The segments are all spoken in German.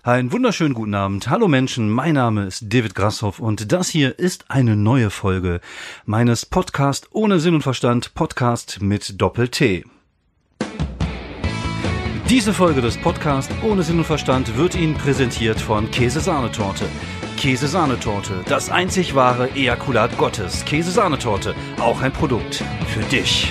Einen wunderschönen guten Abend. Hallo Menschen, mein Name ist David Grasshoff und das hier ist eine neue Folge meines Podcast ohne Sinn und Verstand, Podcast mit Doppel-T. Diese Folge des Podcasts ohne Sinn und Verstand wird Ihnen präsentiert von Käse-Sahnetorte. Käse-Sahnetorte, das einzig wahre Ejakulat Gottes. Käse-Sahnetorte, auch ein Produkt für dich.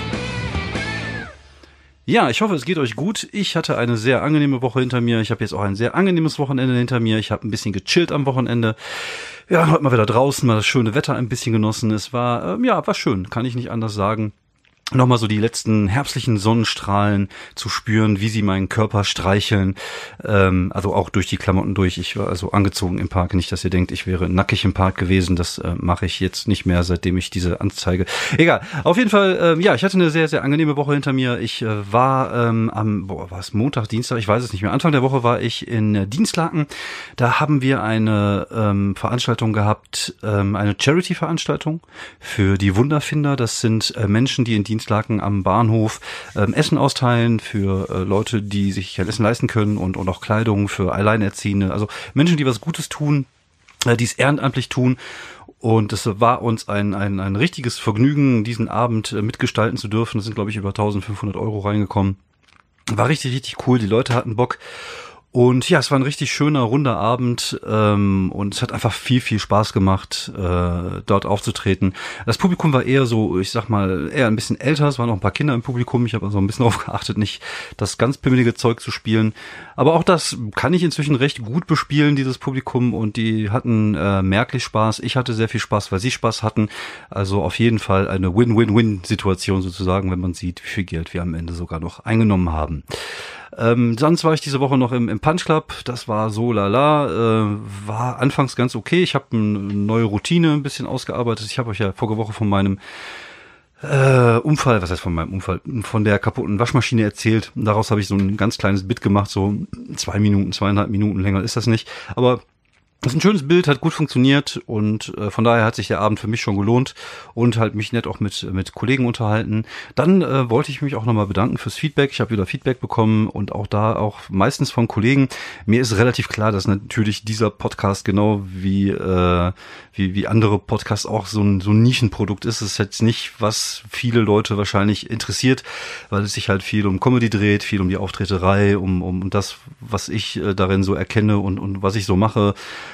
Ja, ich hoffe, es geht euch gut. Ich hatte eine sehr angenehme Woche hinter mir. Ich habe jetzt auch ein sehr angenehmes Wochenende hinter mir. Ich habe ein bisschen gechillt am Wochenende. Ja, heute mal wieder draußen, mal das schöne Wetter ein bisschen genossen. Es war, war schön, kann ich nicht anders sagen. Nochmal so die letzten herbstlichen Sonnenstrahlen zu spüren, wie sie meinen Körper streicheln, also auch durch die Klamotten durch. Ich war also angezogen im Park, nicht, dass ihr denkt, ich wäre nackig im Park gewesen. Das mache ich jetzt nicht mehr, seitdem ich diese Anzeige. Egal, auf jeden Fall, ich hatte eine sehr, sehr angenehme Woche hinter mir. Ich war war es Montag, Dienstag, ich weiß es nicht mehr. Anfang der Woche war ich in Dienstlaken. Da haben wir eine Veranstaltung gehabt, eine Charity-Veranstaltung für die Wunderfinder. Das sind Menschen, die in Dienstlaken am Bahnhof Essen austeilen für Leute, die sich kein Essen leisten können und auch Kleidung für Alleinerziehende. Also Menschen, die was Gutes tun, die es ehrenamtlich tun. Und es war uns ein richtiges Vergnügen, diesen Abend mitgestalten zu dürfen. Es sind, glaube ich, über 1.500 € reingekommen. War richtig, richtig cool. Die Leute hatten Bock. Und ja, es war ein richtig schöner, runder Abend und es hat einfach viel, viel Spaß gemacht, dort aufzutreten. Das Publikum war eher so, ich sag mal, eher ein bisschen älter. Es waren noch ein paar Kinder im Publikum. Ich habe also ein bisschen darauf geachtet, nicht das ganz pimmelige Zeug zu spielen. Aber auch das kann ich inzwischen recht gut bespielen, dieses Publikum. Und die hatten merklich Spaß. Ich hatte sehr viel Spaß, weil sie Spaß hatten. Also auf jeden Fall eine Win-Win-Win-Situation sozusagen, wenn man sieht, wie viel Geld wir am Ende sogar noch eingenommen haben. Sonst war ich diese Woche noch im Punch Club. Das war so lala, war anfangs ganz okay. Ich habe eine neue Routine ein bisschen ausgearbeitet. Ich habe euch ja vorige Woche von meinem Unfall, was heißt von meinem Unfall, von der kaputten Waschmaschine erzählt. Und daraus habe ich so ein ganz kleines Bit gemacht, so 2 Minuten, 2,5 Minuten, länger ist das nicht. Aber das ist ein schönes Bild, hat gut funktioniert und von daher hat sich der Abend für mich schon gelohnt und halt mich nett auch mit Kollegen unterhalten. Dann wollte ich mich auch nochmal bedanken fürs Feedback. Ich habe wieder Feedback bekommen und auch da auch meistens von Kollegen. Mir ist relativ klar, dass natürlich dieser Podcast genau wie andere Podcasts auch so ein Nischenprodukt ist. Es ist jetzt nicht, was viele Leute wahrscheinlich interessiert, weil es sich halt viel um Comedy dreht, viel um die Auftreterei, um das, was ich darin so erkenne und was ich so mache.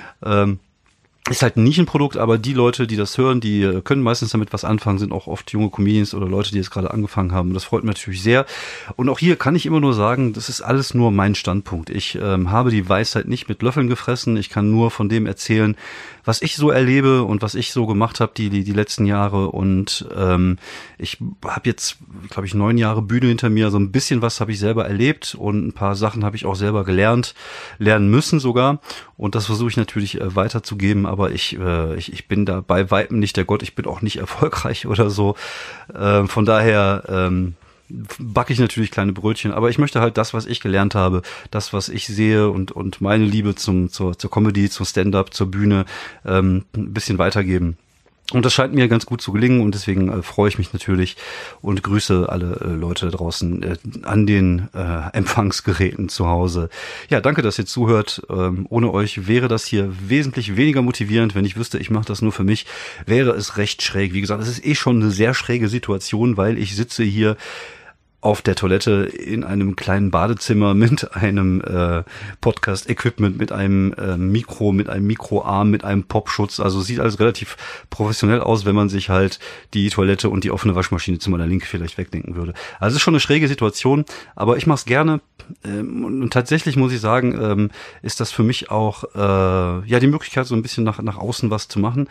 Ist halt ein Nischenprodukt, aber die Leute, die das hören, die können meistens damit was anfangen, sind auch oft junge Comedians oder Leute, die jetzt gerade angefangen haben. Das freut mich natürlich sehr. Und auch hier kann ich immer nur sagen, das ist alles nur mein Standpunkt. Ich habe die Weisheit nicht mit Löffeln gefressen. Ich kann nur von dem erzählen, was ich so erlebe und was ich so gemacht habe die letzten Jahre. Und ich habe jetzt, glaube ich, 9 Jahre Bühne hinter mir. Also ein bisschen was habe ich selber erlebt und ein paar Sachen habe ich auch selber lernen müssen sogar. Und das versuche ich natürlich weiterzugeben. Aber ich bin da bei Weitem nicht der Gott. Ich bin auch nicht erfolgreich oder so. Von daher backe ich natürlich kleine Brötchen, aber ich möchte halt das, was ich gelernt habe, das, was ich sehe und meine Liebe zur Comedy, zum Stand-up, zur Bühne ein bisschen weitergeben. Und das scheint mir ganz gut zu gelingen und deswegen freue ich mich natürlich und grüße alle Leute da draußen an den Empfangsgeräten zu Hause. Ja, danke, dass ihr zuhört. Ohne euch wäre das hier wesentlich weniger motivierend. Wenn ich wüsste, ich mache das nur für mich, wäre es recht schräg. Wie gesagt, es ist schon eine sehr schräge Situation, weil ich sitze hier auf der Toilette in einem kleinen Badezimmer mit einem Podcast-Equipment, mit einem Mikro, mit einem Mikroarm, mit einem Popschutz. Also sieht alles relativ professionell aus, wenn man sich halt die Toilette und die offene Waschmaschine zu meiner Linke vielleicht wegdenken würde. Also es ist schon eine schräge Situation, aber ich mache es gerne. Und tatsächlich muss ich sagen, ist das für mich auch die Möglichkeit, so ein bisschen nach außen was zu machen.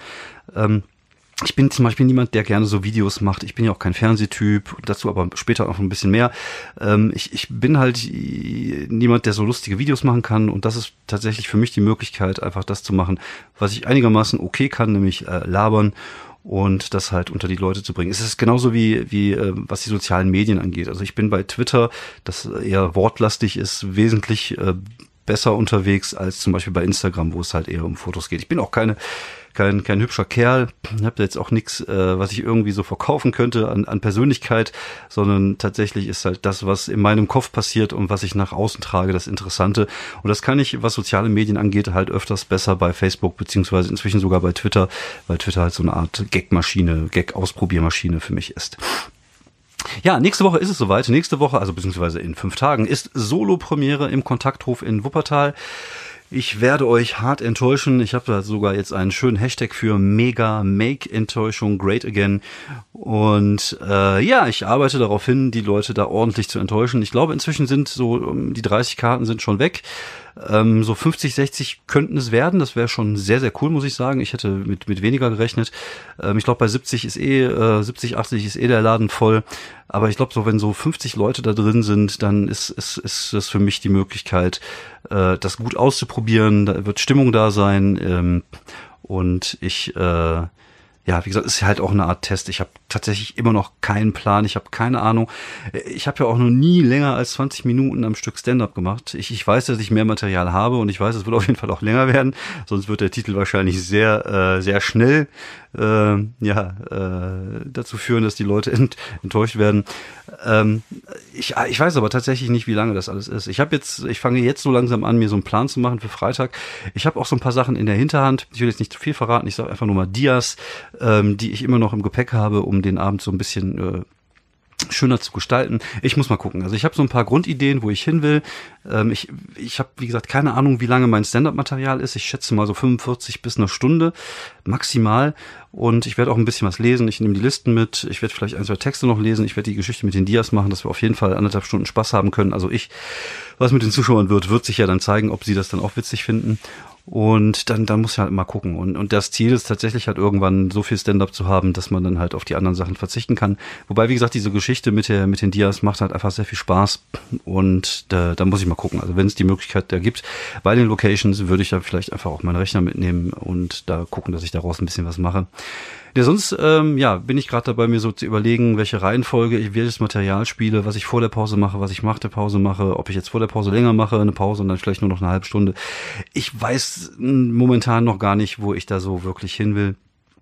Ich bin zum Beispiel niemand, der gerne so Videos macht. Ich bin ja auch kein Fernsehtyp, dazu aber später auch ein bisschen mehr. Ich bin halt niemand, der so lustige Videos machen kann und das ist tatsächlich für mich die Möglichkeit, einfach das zu machen, was ich einigermaßen okay kann, nämlich labern und das halt unter die Leute zu bringen. Es ist genauso wie was die sozialen Medien angeht. Also ich bin bei Twitter, das eher wortlastig ist, wesentlich besser unterwegs als zum Beispiel bei Instagram, wo es halt eher um Fotos geht. Ich bin auch kein hübscher Kerl, habe da jetzt auch nichts, was ich irgendwie so verkaufen könnte an Persönlichkeit, sondern tatsächlich ist halt das, was in meinem Kopf passiert und was ich nach außen trage, das Interessante. Und das kann ich, was soziale Medien angeht, halt öfters besser bei Facebook, beziehungsweise inzwischen sogar bei Twitter, weil Twitter halt so eine Art Gag-Ausprobiermaschine für mich ist. Ja, nächste Woche ist es soweit. Nächste Woche, also beziehungsweise in 5 Tagen, ist Solo-Premiere im Kontakthof in Wuppertal. Ich werde euch hart enttäuschen. Ich habe da sogar jetzt einen schönen Hashtag für Mega Make Enttäuschung Great Again. Und ich arbeite darauf hin, die Leute da ordentlich zu enttäuschen. Ich glaube, inzwischen sind so die 30 Karten sind schon weg. So 50, 60 könnten es werden. Das wäre schon sehr, sehr cool, muss ich sagen. Ich hätte mit weniger gerechnet. Ich glaube, bei 70, 80 ist der Laden voll. Aber ich glaube, so wenn so 50 Leute da drin sind, dann ist das für mich die Möglichkeit, das gut auszuprobieren. Da wird Stimmung da sein. Und ich wie gesagt, ist halt auch eine Art Test. Ich habe tatsächlich immer noch keinen Plan. Ich habe keine Ahnung. Ich habe ja auch noch nie länger als 20 Minuten am Stück Stand-up gemacht. Ich weiß, dass ich mehr Material habe und ich weiß, es wird auf jeden Fall auch länger werden. Sonst wird der Titel wahrscheinlich sehr, sehr schnell dazu führen, dass die Leute enttäuscht werden. Ich weiß aber tatsächlich nicht, wie lange das alles ist. Ich fange jetzt so langsam an, mir so einen Plan zu machen für Freitag. Ich habe auch so ein paar Sachen in der Hinterhand. Ich will jetzt nicht zu viel verraten. Ich sage einfach nur mal Dias, die ich immer noch im Gepäck habe, um den Abend so ein bisschen schöner zu gestalten. Ich muss mal gucken. Also ich habe so ein paar Grundideen, wo ich hin will. Ich habe, wie gesagt, keine Ahnung, wie lange mein Stand-up-Material ist. Ich schätze mal so 45 bis eine Stunde maximal. Und ich werde auch ein bisschen was lesen. Ich nehme die Listen mit. Ich werde vielleicht 1, 2 Texte noch lesen. Ich werde die Geschichte mit den Dias machen, dass wir auf jeden Fall 1,5 Stunden Spaß haben können. Also was mit den Zuschauern wird sich ja dann zeigen, ob sie das dann auch witzig finden. Und dann muss ich halt mal gucken. Und das Ziel ist tatsächlich halt irgendwann so viel Stand-up zu haben, dass man dann halt auf die anderen Sachen verzichten kann. Wobei, wie gesagt, diese Geschichte mit den Dias macht halt einfach sehr viel Spaß. Und da muss ich mal gucken. Also wenn es die Möglichkeit da gibt, bei den Locations würde ich da vielleicht einfach auch meinen Rechner mitnehmen und da gucken, dass ich daraus ein bisschen was mache. Ja, sonst bin ich gerade dabei, mir so zu überlegen, welche Reihenfolge ich welches Material spiele, was ich vor der Pause mache, was ich nach der Pause mache, ob ich jetzt vor der Pause länger mache, eine Pause und dann vielleicht nur noch eine halbe Stunde. Ich weiß momentan noch gar nicht, wo ich da so wirklich hin will.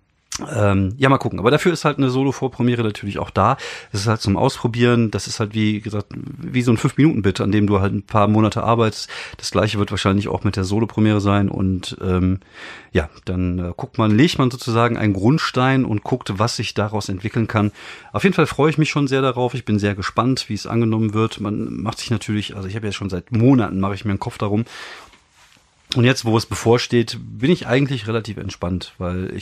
Mal gucken. Aber dafür ist halt eine Solo-Vorpremiere natürlich auch da. Das ist halt zum Ausprobieren. Das ist halt, wie gesagt, wie so ein 5-Minuten-Bit, an dem du halt ein paar Monate arbeitest. Das Gleiche wird wahrscheinlich auch mit der Solo-Premiere sein. Und dann legt man sozusagen einen Grundstein und guckt, was sich daraus entwickeln kann. Auf jeden Fall freue ich mich schon sehr darauf. Ich bin sehr gespannt, wie es angenommen wird. Man macht sich natürlich, also ich habe ja schon seit Monaten, mache ich mir einen Kopf darum. Und jetzt, wo es bevorsteht, bin ich eigentlich relativ entspannt, weil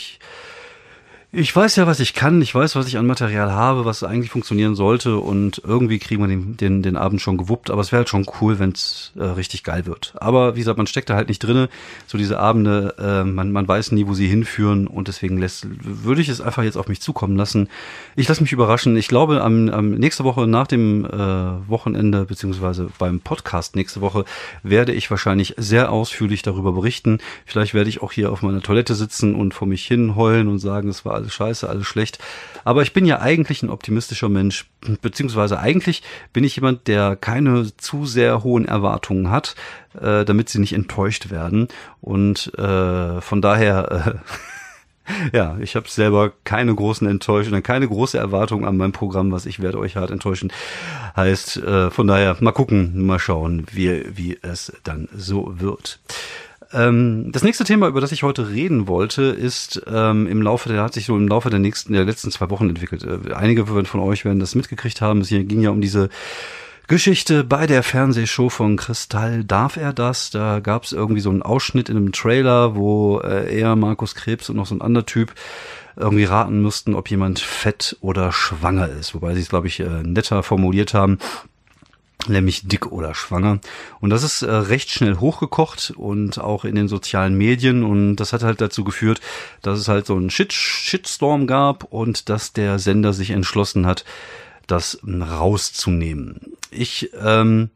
ich weiß ja, was ich kann, ich weiß, was ich an Material habe, was eigentlich funktionieren sollte und irgendwie kriegen wir den Abend schon gewuppt, aber es wäre halt schon cool, wenn es richtig geil wird. Aber wie gesagt, man steckt da halt nicht drinne, so diese Abende, man weiß nie, wo sie hinführen und deswegen würde ich es einfach jetzt auf mich zukommen lassen. Ich lasse mich überraschen. Ich glaube, am nächste Woche nach dem Wochenende, beziehungsweise beim Podcast nächste Woche, werde ich wahrscheinlich sehr ausführlich darüber berichten. Vielleicht werde ich auch hier auf meiner Toilette sitzen und vor mich hin heulen und sagen, es war alles scheiße, alles schlecht. Aber ich bin ja eigentlich ein optimistischer Mensch, beziehungsweise eigentlich bin ich jemand, der keine zu sehr hohen Erwartungen hat, damit sie nicht enttäuscht werden. Und von daher, ich habe selber keine großen Enttäuschungen, keine große Erwartung an meinem Programm, was ich werde euch hart enttäuschen. Heißt, von daher, mal gucken, mal schauen, wie es dann so wird. Das nächste Thema, über das ich heute reden wollte, ist hat sich so im Laufe der letzten 2 Wochen entwickelt. Einige von euch werden das mitgekriegt haben. Es ging ja um diese Geschichte bei der Fernsehshow von Kristall. Darf er das? Da gab es irgendwie so einen Ausschnitt in einem Trailer, wo er, Markus Krebs und noch so ein anderer Typ irgendwie raten mussten, ob jemand fett oder schwanger ist. Wobei sie es, glaube ich, netter formuliert haben. Nämlich dick oder schwanger. Und das ist recht schnell hochgekocht und auch in den sozialen Medien. Und das hat halt dazu geführt, dass es halt so einen Shitstorm gab und dass der Sender sich entschlossen hat, das rauszunehmen. Ich bin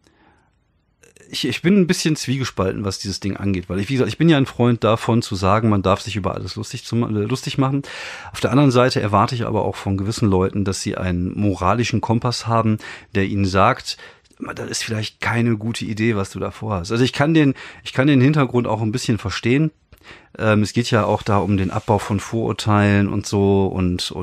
ein bisschen zwiegespalten, was dieses Ding angeht, weil wie gesagt, ich bin ja ein Freund davon zu sagen, man darf sich über alles lustig machen. Auf der anderen Seite erwarte ich aber auch von gewissen Leuten, dass sie einen moralischen Kompass haben, der ihnen sagt, das ist vielleicht keine gute Idee, was du da vorhast. Also ich kann den Hintergrund auch ein bisschen verstehen. Es geht ja auch da um den Abbau von Vorurteilen und so und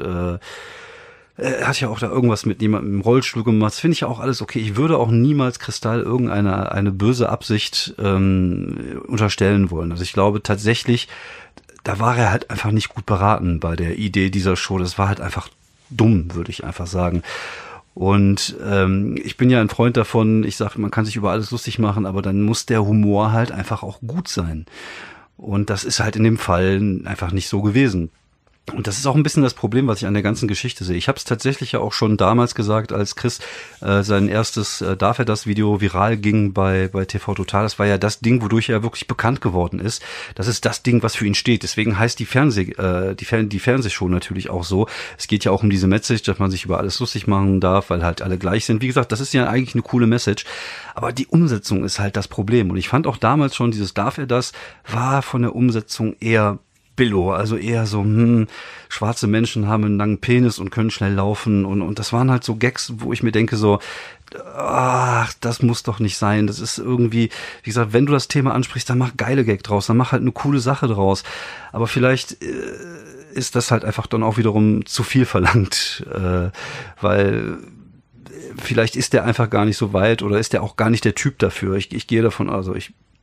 er hat ja auch da irgendwas mit jemandem im Rollstuhl gemacht. Das finde ich ja auch alles okay. Ich würde auch niemals Kristall eine böse Absicht unterstellen wollen. Also ich glaube tatsächlich, da war er halt einfach nicht gut beraten bei der Idee dieser Show. Das war halt einfach dumm, würde ich einfach sagen. Und ich bin ja ein Freund davon, ich sage, man kann sich über alles lustig machen, aber dann muss der Humor halt einfach auch gut sein. Und das ist halt in dem Fall einfach nicht so gewesen. Und das ist auch ein bisschen das Problem, was ich an der ganzen Geschichte sehe. Ich habe es tatsächlich ja auch schon damals gesagt, als Chris sein erstes Darf er das Video viral ging bei TV Total. Das war ja das Ding, wodurch er wirklich bekannt geworden ist. Das ist das Ding, was für ihn steht. Deswegen heißt die Fernsehshow natürlich auch so. Es geht ja auch um diese Message, dass man sich über alles lustig machen darf, weil halt alle gleich sind. Wie gesagt, das ist ja eigentlich eine coole Message. Aber die Umsetzung ist halt das Problem. Und ich fand auch damals schon, dieses Darf er das war von der Umsetzung eher Billo, also eher so, schwarze Menschen haben einen langen Penis und können schnell laufen und das waren halt so Gags, wo ich mir denke so, ach, das muss doch nicht sein, das ist irgendwie, wie gesagt, wenn du das Thema ansprichst, dann mach geile Gag draus, dann mach halt eine coole Sache draus, aber vielleicht ist das halt einfach dann auch wiederum zu viel verlangt, weil vielleicht ist der einfach gar nicht so weit oder ist der auch gar nicht der Typ dafür, ich gehe davon, also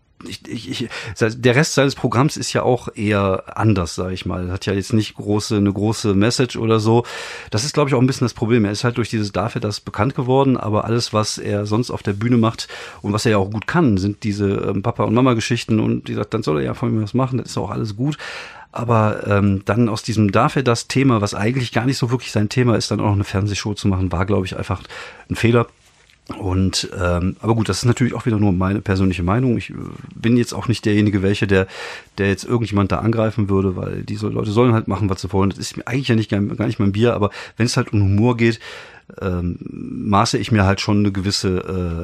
der Rest seines Programms ist ja auch eher anders, sag ich mal. Hat ja jetzt nicht eine große Message oder so. Das ist, glaube ich, auch ein bisschen das Problem. Er ist halt durch dieses Darf er das bekannt geworden, aber alles, was er sonst auf der Bühne macht und was er ja auch gut kann, sind diese Papa- und Mama-Geschichten und die sagt, dann soll er ja von mir was machen, das ist auch alles gut. Aber dann aus diesem Darf er das Thema, was eigentlich gar nicht so wirklich sein Thema ist, dann auch noch eine Fernsehshow zu machen, war, glaube ich, einfach ein Fehler. Und aber gut, das ist natürlich auch wieder nur meine persönliche Meinung. Ich bin jetzt auch nicht derjenige, der jetzt irgendjemand da angreifen würde, weil diese Leute sollen halt machen, was sie wollen. Das ist mir eigentlich ja gar nicht mein Bier, aber wenn es halt um Humor geht, maße ich mir halt schon eine gewisse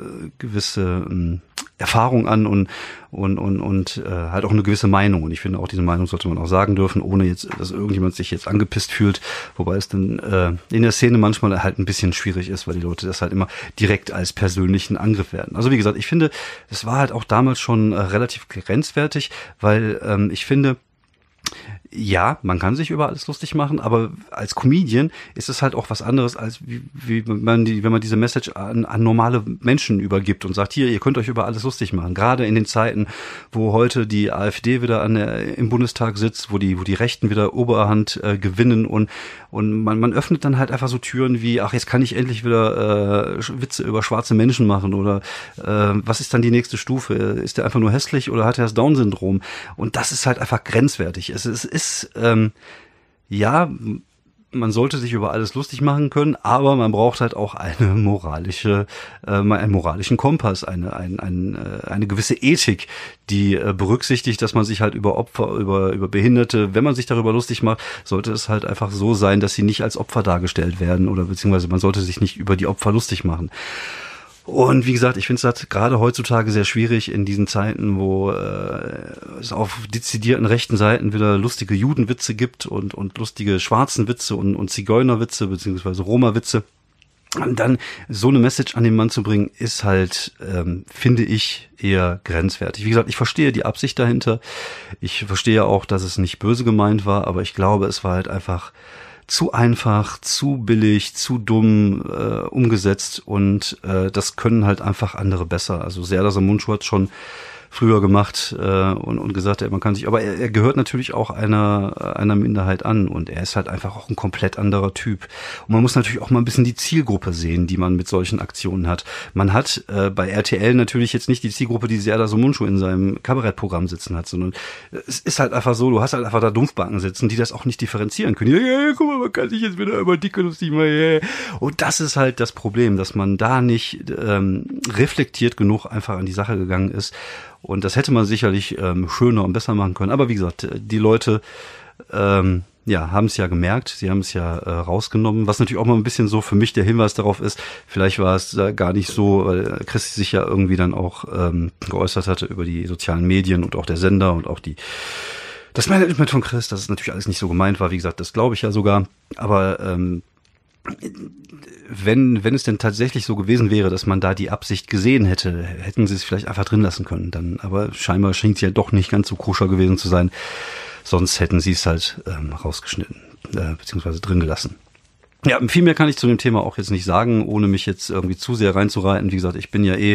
Erfahrung an und halt auch eine gewisse Meinung. Und ich finde auch, diese Meinung sollte man auch sagen dürfen, ohne jetzt, dass irgendjemand sich jetzt angepisst fühlt. Wobei es dann in der Szene manchmal halt ein bisschen schwierig ist, weil die Leute das halt immer direkt als persönlichen Angriff werden. Also wie gesagt, ich finde, es war halt auch damals schon relativ grenzwertig, weil ich finde, ja, man kann sich über alles lustig machen, aber als Comedian ist es halt auch was anderes, als wenn man diese Message an normale Menschen übergibt und sagt, hier, ihr könnt euch über alles lustig machen. Gerade in den Zeiten, wo heute die AfD wieder im Bundestag sitzt, wo die Rechten wieder Oberhand gewinnen und man öffnet dann halt einfach so Türen wie, ach, jetzt kann ich endlich wieder Witze über schwarze Menschen machen oder was ist dann die nächste Stufe? Ist der einfach nur hässlich oder hat er das Down-Syndrom? Und das ist halt einfach grenzwertig. Es ist ja, man sollte sich über alles lustig machen können, aber man braucht halt auch einen moralischen Kompass, eine gewisse Ethik, die berücksichtigt, dass man sich halt über Opfer, über Behinderte, wenn man sich darüber lustig macht, sollte es halt einfach so sein, dass sie nicht als Opfer dargestellt werden oder beziehungsweise man sollte sich nicht über die Opfer lustig machen. Und wie gesagt, ich finde es halt gerade heutzutage sehr schwierig in diesen Zeiten, wo es auf dezidierten rechten Seiten wieder lustige Judenwitze gibt und lustige schwarzen Witze und Zigeunerwitze beziehungsweise Roma-Witze. Und dann so eine Message an den Mann zu bringen, ist halt, finde ich, eher grenzwertig. Wie gesagt, ich verstehe die Absicht dahinter. Ich verstehe auch, dass es nicht böse gemeint war, aber ich glaube, es war halt einfach zu einfach, zu billig, zu dumm umgesetzt und das können halt einfach andere besser. Also Serdar Somuncu hat schon früher gemacht und gesagt, man kann sich, aber er gehört natürlich auch einer Minderheit an und er ist halt einfach auch ein komplett anderer Typ. Und man muss natürlich auch mal ein bisschen die Zielgruppe sehen, die man mit solchen Aktionen hat. Man hat bei RTL natürlich jetzt nicht die Zielgruppe, die Serdar Somuncu in seinem Kabarettprogramm sitzen hat, sondern es ist halt einfach so, du hast halt einfach da Dumpfbacken sitzen, die das auch nicht differenzieren können. Ja, guck mal, man kann sich jetzt wieder über dicke lustig machen. Und das ist halt das Problem, dass man da nicht reflektiert genug einfach an die Sache gegangen ist. Und das hätte man sicherlich schöner und besser machen können. Aber wie gesagt, die Leute haben es ja gemerkt, sie haben es ja rausgenommen. Was natürlich auch mal ein bisschen so für mich der Hinweis darauf ist, vielleicht war es gar nicht so, weil Chris sich ja irgendwie dann auch geäußert hatte über die sozialen Medien und auch der Sender und auch das Management von Chris, dass es natürlich alles nicht so gemeint war. Wie gesagt, das glaube ich ja sogar. Aber wenn es denn tatsächlich so gewesen wäre, dass man da die Absicht gesehen hätte, hätten sie es vielleicht einfach drin lassen können. Dann, aber scheinbar scheint es ja doch nicht ganz so koscher gewesen zu sein. Sonst hätten sie es halt rausgeschnitten, beziehungsweise drin gelassen. Ja, viel mehr kann ich zu dem Thema auch jetzt nicht sagen, ohne mich jetzt irgendwie zu sehr reinzureiten. Wie gesagt, ich bin ja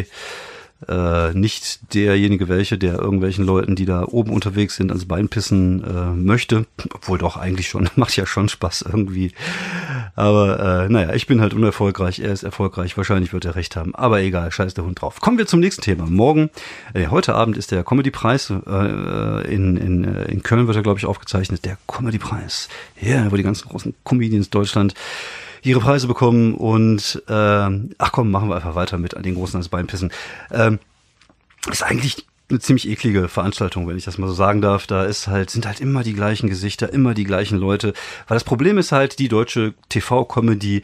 nicht derjenige der irgendwelchen Leuten, die da oben unterwegs sind, ans Bein pissen möchte. Obwohl doch eigentlich schon, macht ja schon Spaß irgendwie. Aber naja, ich bin halt unerfolgreich, er ist erfolgreich, wahrscheinlich wird er recht haben. Aber egal, scheiß der Hund drauf. Kommen wir zum nächsten Thema. Heute Abend ist der Comedy-Preis. In Köln wird er, glaube ich, aufgezeichnet. Der Comedy-Preis. Ja, wo die ganzen großen Comedians Deutschland ihre Preise bekommen und machen wir einfach weiter mit an den Großen ans Bein pissen. Ist eigentlich eine ziemlich eklige Veranstaltung, wenn ich das mal so sagen darf. Da sind halt immer die gleichen Gesichter, immer die gleichen Leute. Weil das Problem ist halt, die deutsche TV-Comedy,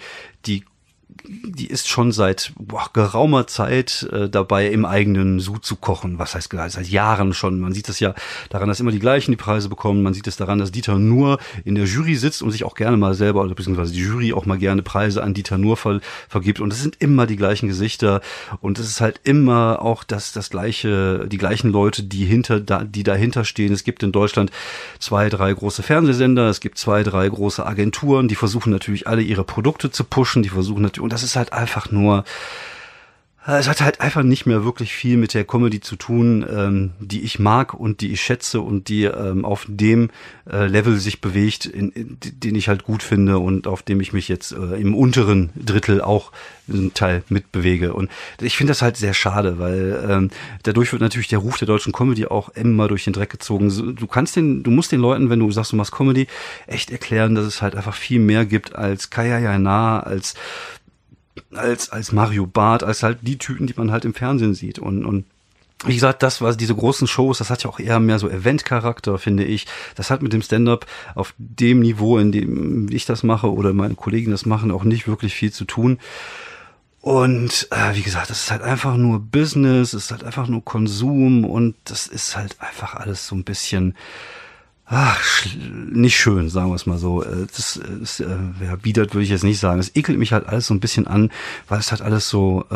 die ist schon seit geraumer Zeit dabei, im eigenen Sud zu kochen. Was heißt seit Jahren schon. Man sieht es ja daran, dass immer die gleichen die Preise bekommen. Man sieht es daran, dass Dieter Nuhr in der Jury sitzt und sich auch gerne mal selber, oder beziehungsweise die Jury auch mal gerne Preise an Dieter Nuhr vergibt. Und es sind immer die gleichen Gesichter. Und es ist halt immer auch die gleichen Leute, die dahinter stehen. Es gibt in Deutschland 2, 3 große Fernsehsender. Es gibt 2, 3 große Agenturen. Die versuchen natürlich alle ihre Produkte zu pushen. Die versuchen natürlich, und das ist halt einfach nur, es hat halt einfach nicht mehr wirklich viel mit der Comedy zu tun, die ich mag und die ich schätze und die auf dem Level sich bewegt, den ich halt gut finde und auf dem ich mich jetzt im unteren Drittel auch einen Teil mitbewege. Und ich finde das halt sehr schade, weil dadurch wird natürlich der Ruf der deutschen Comedy auch immer durch den Dreck gezogen. Du musst den Leuten, wenn du sagst, du machst Comedy, echt erklären, dass es halt einfach viel mehr gibt als Kaya Jana, als Mario Barth, als halt die Typen, die man halt im Fernsehen sieht. Und wie gesagt, das war diese großen Shows, das hat ja auch eher mehr so Event-Charakter, finde ich. Das hat mit dem Stand-up auf dem Niveau, in dem ich das mache oder meine Kollegen das machen, auch nicht wirklich viel zu tun. Und wie gesagt, das ist halt einfach nur Business, es ist halt einfach nur Konsum und das ist halt einfach alles so ein bisschen nicht schön, sagen wir es mal so. Das ist, biedert würde ich jetzt nicht sagen. Es ekelt mich halt alles so ein bisschen an, weil es halt alles so,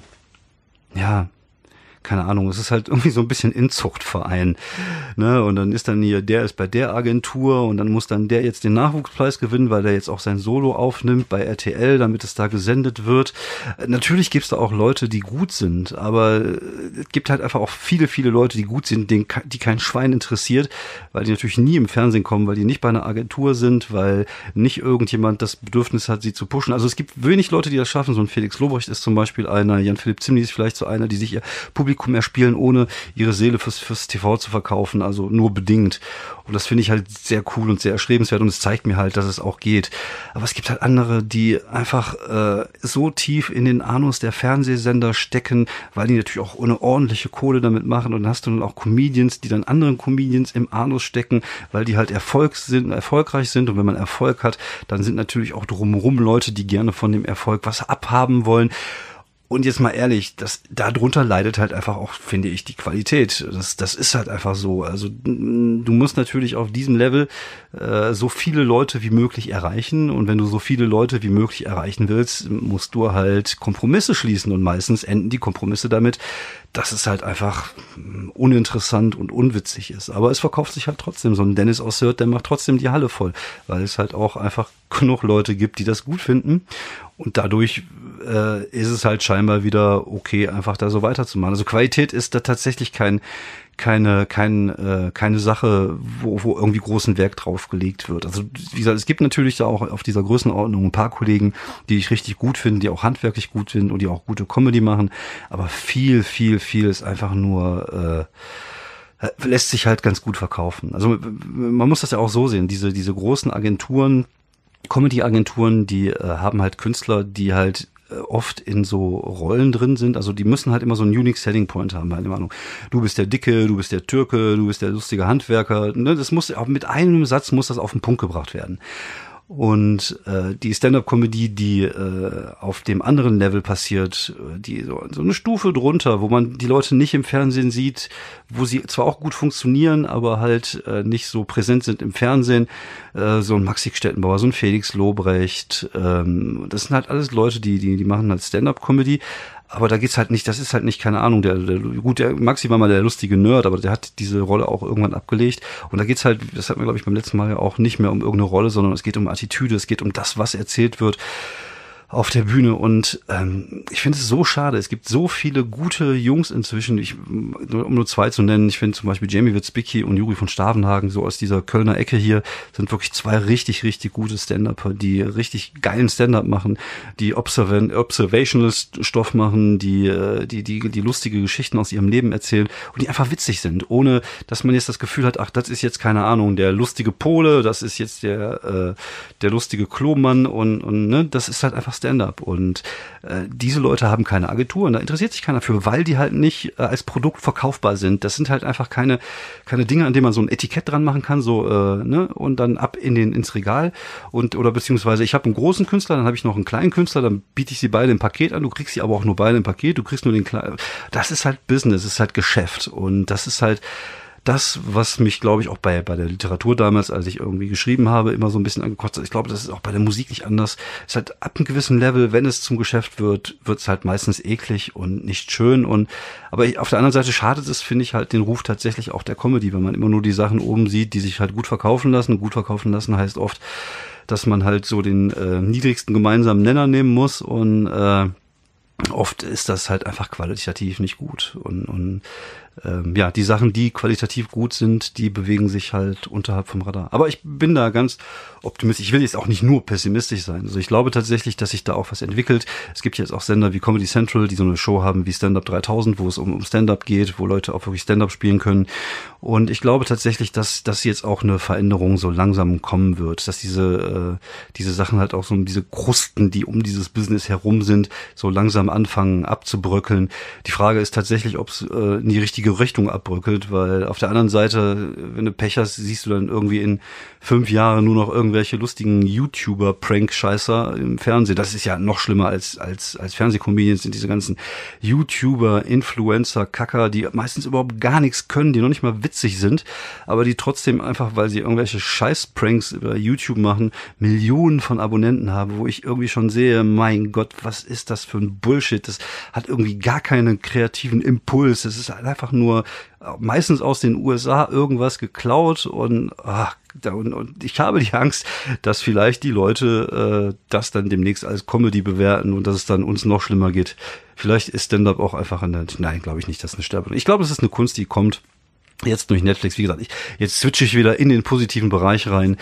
keine Ahnung, es ist halt irgendwie so ein bisschen Inzuchtverein, ne, und dann ist dann hier, der ist bei der Agentur und dann muss dann der jetzt den Nachwuchspreis gewinnen, weil der jetzt auch sein Solo aufnimmt bei RTL, damit es da gesendet wird. Natürlich gibt's da auch Leute, die gut sind, aber es gibt halt einfach auch viele, viele Leute, die gut sind, die kein Schwein interessiert, weil die natürlich nie im Fernsehen kommen, weil die nicht bei einer Agentur sind, weil nicht irgendjemand das Bedürfnis hat, sie zu pushen. Also es gibt wenig Leute, die das schaffen. So ein Felix Lobrecht ist zum Beispiel einer, Jan-Philipp Zimny ist vielleicht so einer, die sich ihr Publikum erspielen, ohne ihre Seele fürs TV zu verkaufen, also nur bedingt. Und das finde ich halt sehr cool und sehr erstrebenswert und es zeigt mir halt, dass es auch geht. Aber es gibt halt andere, die einfach so tief in den Anus der Fernsehsender stecken, weil die natürlich auch eine ordentliche Kohle damit machen und dann hast du dann auch Comedians, die dann anderen Comedians im Anus stecken, weil die halt erfolgreich sind und wenn man Erfolg hat, dann sind natürlich auch drumherum Leute, die gerne von dem Erfolg was abhaben wollen. Und jetzt mal ehrlich, darunter leidet halt einfach auch, finde ich, die Qualität. Das ist halt einfach so. Also du musst natürlich auf diesem Level so viele Leute wie möglich erreichen. Und wenn du so viele Leute wie möglich erreichen willst, musst du halt Kompromisse schließen. Und meistens enden die Kompromisse damit, dass es halt einfach uninteressant und unwitzig ist. Aber es verkauft sich halt trotzdem. So ein Dennis Ossert, der macht trotzdem die Halle voll. Weil es halt auch einfach genug Leute gibt, die das gut finden. Und dadurch ist es halt scheinbar wieder okay, einfach da so weiterzumachen. Also Qualität ist da tatsächlich keine Sache, wo irgendwie großen Wert drauf gelegt wird. Also wie gesagt, es gibt natürlich da auch auf dieser Größenordnung ein paar Kollegen, die ich richtig gut finde, die auch handwerklich gut sind und die auch gute Comedy machen. Aber viel ist einfach nur lässt sich halt ganz gut verkaufen. Also man muss das ja auch so sehen, diese großen Agenturen, Comedy-Agenturen, die haben halt Künstler, die halt oft in so Rollen drin sind, also die müssen halt immer so einen unique Selling Point haben, meine Meinung. Du bist der Dicke, du bist der Türke, du bist der lustige Handwerker, ne? Das muss auch mit einem Satz muss das auf den Punkt gebracht werden. Und die Stand-up-Comedy, die auf dem anderen Level passiert, die so eine Stufe drunter, wo man die Leute nicht im Fernsehen sieht, wo sie zwar auch gut funktionieren, aber halt nicht so präsent sind im Fernsehen, so ein Maxi Stettenbauer, so ein Felix Lobrecht, das sind halt alles Leute, die machen halt Stand-up-Comedy. Aber da geht's halt nicht, das ist halt nicht, keine Ahnung, der Maxi war mal der lustige Nerd, aber der hat diese Rolle auch irgendwann abgelegt. Und da geht's halt, das hat man, glaube ich, beim letzten Mal ja auch nicht mehr um irgendeine Rolle, sondern es geht um Attitüde, es geht um das, was erzählt wird auf der Bühne. Und ich finde es so schade. Es gibt so viele gute Jungs inzwischen, um nur zwei zu nennen. Ich finde zum Beispiel Jamie Witzbicki und Juri von Stavenhagen, so aus dieser Kölner Ecke hier, sind wirklich zwei richtig, richtig gute Stand-Upper, die richtig geilen Stand-Up machen, die observational Stoff machen, die lustige Geschichten aus ihrem Leben erzählen und die einfach witzig sind, ohne dass man jetzt das Gefühl hat, ach, das ist jetzt, keine Ahnung, der lustige Pole, das ist jetzt der lustige Klomann und ne, das ist halt einfach Stand-up. Und diese Leute haben keine Agentur und da interessiert sich keiner für, weil die halt nicht als Produkt verkaufbar sind. Das sind halt einfach keine Dinge, an denen man so ein Etikett dran machen kann, so ne, und dann ab ins Regal oder beziehungsweise ich habe einen großen Künstler, dann habe ich noch einen kleinen Künstler, dann biete ich sie beide im Paket an, du kriegst sie aber auch nur beide im Paket, du kriegst nur den kleinen. Das ist halt Business, das ist halt Geschäft und das ist halt das, was mich, glaube ich, auch bei der Literatur damals, als ich irgendwie geschrieben habe, immer so ein bisschen angekotzt hat. Ich glaube, das ist auch bei der Musik nicht anders. Es ist halt ab einem gewissen Level, wenn es zum Geschäft wird, wird es halt meistens eklig und nicht schön. Aber auf der anderen Seite schadet es, finde ich, halt den Ruf tatsächlich auch der Comedy, wenn man immer nur die Sachen oben sieht, die sich halt gut verkaufen lassen. Und gut verkaufen lassen heißt oft, dass man halt so den niedrigsten gemeinsamen Nenner nehmen muss und oft ist das halt einfach qualitativ nicht gut und ja, die Sachen, die qualitativ gut sind, die bewegen sich halt unterhalb vom Radar. Aber ich bin da ganz optimistisch. Ich will jetzt auch nicht nur pessimistisch sein. Also ich glaube tatsächlich, dass sich da auch was entwickelt. Es gibt jetzt auch Sender wie Comedy Central, die so eine Show haben wie Stand-Up 3000, wo es um Stand-Up geht, wo Leute auch wirklich Stand-Up spielen können. Und ich glaube tatsächlich, dass jetzt auch eine Veränderung so langsam kommen wird, dass diese Sachen halt auch so, diese Krusten, die um dieses Business herum sind, so langsam anfangen abzubröckeln. Die Frage ist tatsächlich, ob es in die richtige Richtung abbröckelt, weil auf der anderen Seite, wenn du Pech hast, siehst du dann irgendwie in 5 Jahren nur noch irgendwelche lustigen YouTuber-Prank-Scheißer im Fernsehen. Das ist ja noch schlimmer als Fernsehcomedians, sind diese ganzen YouTuber, Influencer, Kacker, die meistens überhaupt gar nichts können, die noch nicht mal witzig sind, aber die trotzdem einfach, weil sie irgendwelche Scheiß-Pranks über YouTube machen, Millionen von Abonnenten haben, wo ich irgendwie schon sehe, mein Gott, was ist das für ein Bullshit? Das hat irgendwie gar keinen kreativen Impuls. Das ist halt einfach nur meistens aus den USA irgendwas geklaut und ich habe die Angst, dass vielleicht die Leute das dann demnächst als Comedy bewerten und dass es dann uns noch schlimmer geht. Vielleicht ist Stand-Up auch einfach nein, glaube ich nicht, dass eine Sterbe. Ich glaube, es ist eine Kunst, die kommt jetzt durch Netflix. Wie gesagt, jetzt switche ich wieder in den positiven Bereich rein,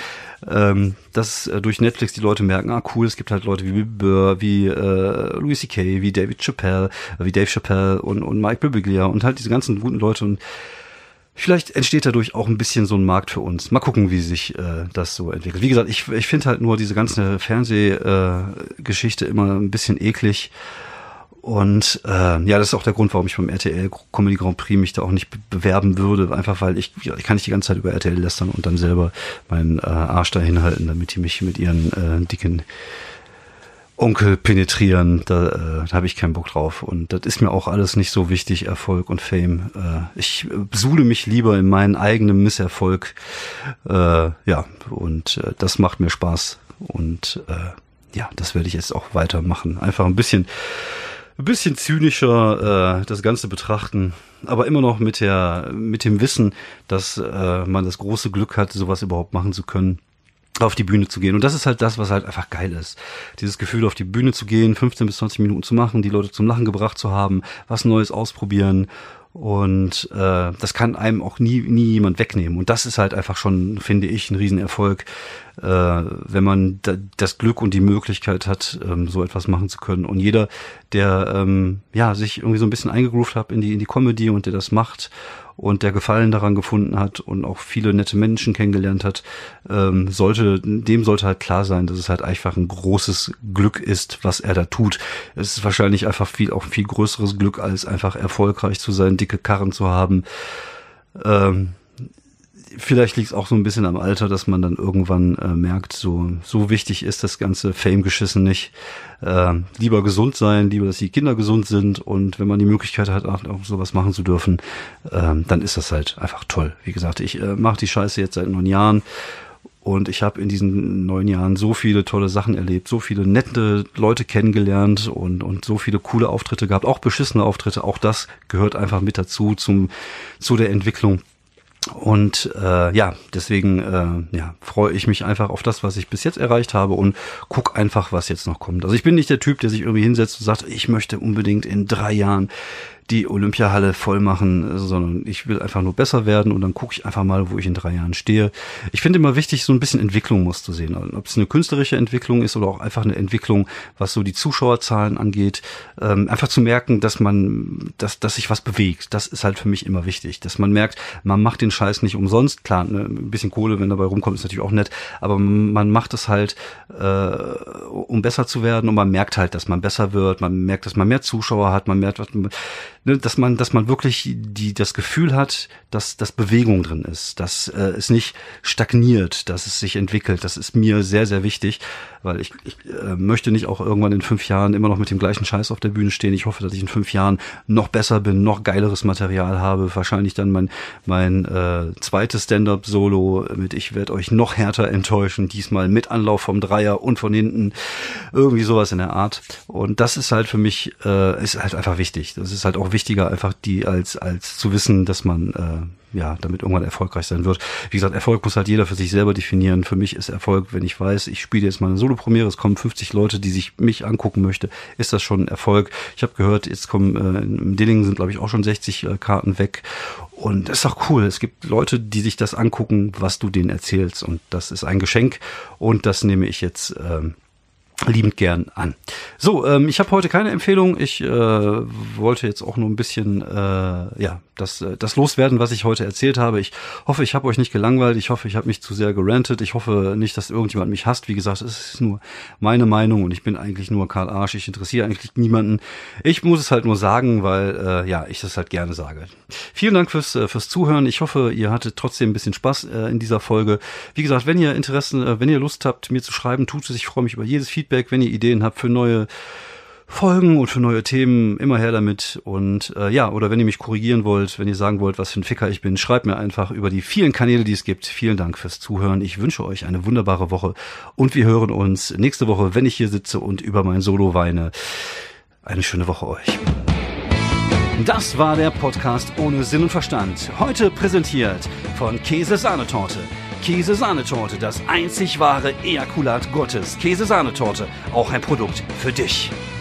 dass durch Netflix die Leute merken, cool, es gibt halt Leute wie Bill Burr, wie Louis C.K., wie Dave Chappelle und Mike Birbiglia und halt diese ganzen guten Leute und vielleicht entsteht dadurch auch ein bisschen so ein Markt für uns. Mal gucken, wie sich das so entwickelt. Wie gesagt, ich finde halt nur diese ganze Fernsehgeschichte immer ein bisschen eklig. Und ja, das ist auch der Grund, warum ich beim RTL Comedy Grand Prix mich da auch nicht bewerben würde. Einfach weil ich kann nicht die ganze Zeit über RTL lästern und dann selber meinen Arsch dahin halten, damit die mich mit ihren dicken Onkel penetrieren. Da habe ich keinen Bock drauf. Und das ist mir auch alles nicht so wichtig, Erfolg und Fame. Ich suhle mich lieber in meinen eigenen Misserfolg. Ja, und das macht mir Spaß. Und ja, das werde ich jetzt auch weitermachen. Einfach ein bisschen zynischer das Ganze betrachten, aber immer noch mit dem Wissen, dass man das große Glück hat, sowas überhaupt machen zu können, auf die Bühne zu gehen. Und das ist halt das, was halt einfach geil ist. Dieses Gefühl, auf die Bühne zu gehen, 15 bis 20 Minuten zu machen, die Leute zum Lachen gebracht zu haben, was Neues ausprobieren. Und das kann einem auch nie jemand wegnehmen. Und das ist halt einfach schon, finde ich, ein Riesenerfolg, wenn man das Glück und die Möglichkeit hat, so etwas machen zu können. Und jeder, der ja sich irgendwie so ein bisschen eingegroovt hat in die Comedy und der das macht und der Gefallen daran gefunden hat und auch viele nette Menschen kennengelernt hat, dem sollte halt klar sein, dass es halt einfach ein großes Glück ist, was er da tut. Es ist wahrscheinlich einfach ein viel größeres Glück, als einfach erfolgreich zu sein, dicke Karren zu haben. Vielleicht liegt es auch so ein bisschen am Alter, dass man dann irgendwann merkt, so wichtig ist das ganze Fame-Geschissen nicht. Lieber gesund sein, lieber, dass die Kinder gesund sind, und wenn man die Möglichkeit hat, auch sowas machen zu dürfen, dann ist das halt einfach toll. Wie gesagt, ich mache die Scheiße jetzt seit 9 Jahren. Und ich habe in diesen 9 Jahren so viele tolle Sachen erlebt, so viele nette Leute kennengelernt und so viele coole Auftritte gehabt, auch beschissene Auftritte. Auch das gehört einfach mit dazu zu der Entwicklung. Und deswegen freue ich mich einfach auf das, was ich bis jetzt erreicht habe, und guck einfach, was jetzt noch kommt. Also ich bin nicht der Typ, der sich irgendwie hinsetzt und sagt, ich möchte unbedingt in 3 Jahren die Olympiahalle voll machen, sondern ich will einfach nur besser werden, und dann gucke ich einfach mal, wo ich in 3 Jahren stehe. Ich finde immer wichtig, so ein bisschen Entwicklung muss zu sehen. Ob es eine künstlerische Entwicklung ist oder auch einfach eine Entwicklung, was so die Zuschauerzahlen angeht. Einfach zu merken, dass sich was bewegt. Das ist halt für mich immer wichtig. Dass man merkt, man macht den Scheiß nicht umsonst. Klar, ne, ein bisschen Kohle, wenn dabei rumkommt, ist natürlich auch nett. Aber man macht es halt, um besser zu werden. Und man merkt halt, dass man besser wird. Man merkt, dass man mehr Zuschauer hat. Man merkt, dass man wirklich das Gefühl hat, dass Bewegung drin ist, dass es nicht stagniert, dass es sich entwickelt. Das ist mir sehr, sehr wichtig, weil ich möchte nicht auch irgendwann in 5 Jahren immer noch mit dem gleichen Scheiß auf der Bühne stehen. Ich hoffe, dass ich in 5 Jahren noch besser bin, noch geileres Material habe. Wahrscheinlich dann mein zweites Stand-up-Solo mit Ich werde euch noch härter enttäuschen, diesmal mit Anlauf vom Dreier und von hinten, irgendwie sowas in der Art. Und das ist halt für mich ist halt einfach wichtig. Das ist halt auch wichtiger, einfach die als zu wissen, dass man damit irgendwann erfolgreich sein wird. Wie gesagt, Erfolg muss halt jeder für sich selber definieren. Für mich ist Erfolg, wenn ich weiß, ich spiele jetzt mal eine Solo-Premiere, es kommen 50 Leute, die sich mich angucken möchte, ist das schon ein Erfolg. Ich habe gehört, jetzt kommen im Dillingen sind, glaube ich, auch schon 60 Karten weg. Und das ist doch cool. Es gibt Leute, die sich das angucken, was du denen erzählst. Und das ist ein Geschenk. Und das nehme ich jetzt liebend gern an. So, ich habe heute keine Empfehlung. Ich wollte jetzt auch nur ein bisschen das loswerden, was ich heute erzählt habe. Ich hoffe, ich habe euch nicht gelangweilt. Ich hoffe, ich habe mich zu sehr gerantet. Ich hoffe nicht, dass irgendjemand mich hasst. Wie gesagt, es ist nur meine Meinung und ich bin eigentlich nur Karl Arsch. Ich interessiere eigentlich niemanden. Ich muss es halt nur sagen, weil ich das halt gerne sage. Vielen Dank fürs Zuhören. Ich hoffe, ihr hattet trotzdem ein bisschen Spaß in dieser Folge. Wie gesagt, wenn ihr wenn ihr Lust habt, mir zu schreiben, tut es. Ich freue mich über jedes Feedback. Wenn ihr Ideen habt für neue Folgen und für neue Themen, immer her damit. Und oder wenn ihr mich korrigieren wollt, wenn ihr sagen wollt, was für ein Ficker ich bin, schreibt mir einfach über die vielen Kanäle, die es gibt. Vielen Dank fürs Zuhören. Ich wünsche euch eine wunderbare Woche und wir hören uns nächste Woche, wenn ich hier sitze und über mein Solo weine. Eine schöne Woche euch. Das war der Podcast ohne Sinn und Verstand. Heute präsentiert von Käse-Sahnetorte. Käse-Sahnetorte, das einzig wahre Ejakulat Gottes. Käse-Sahnetorte, auch ein Produkt für dich.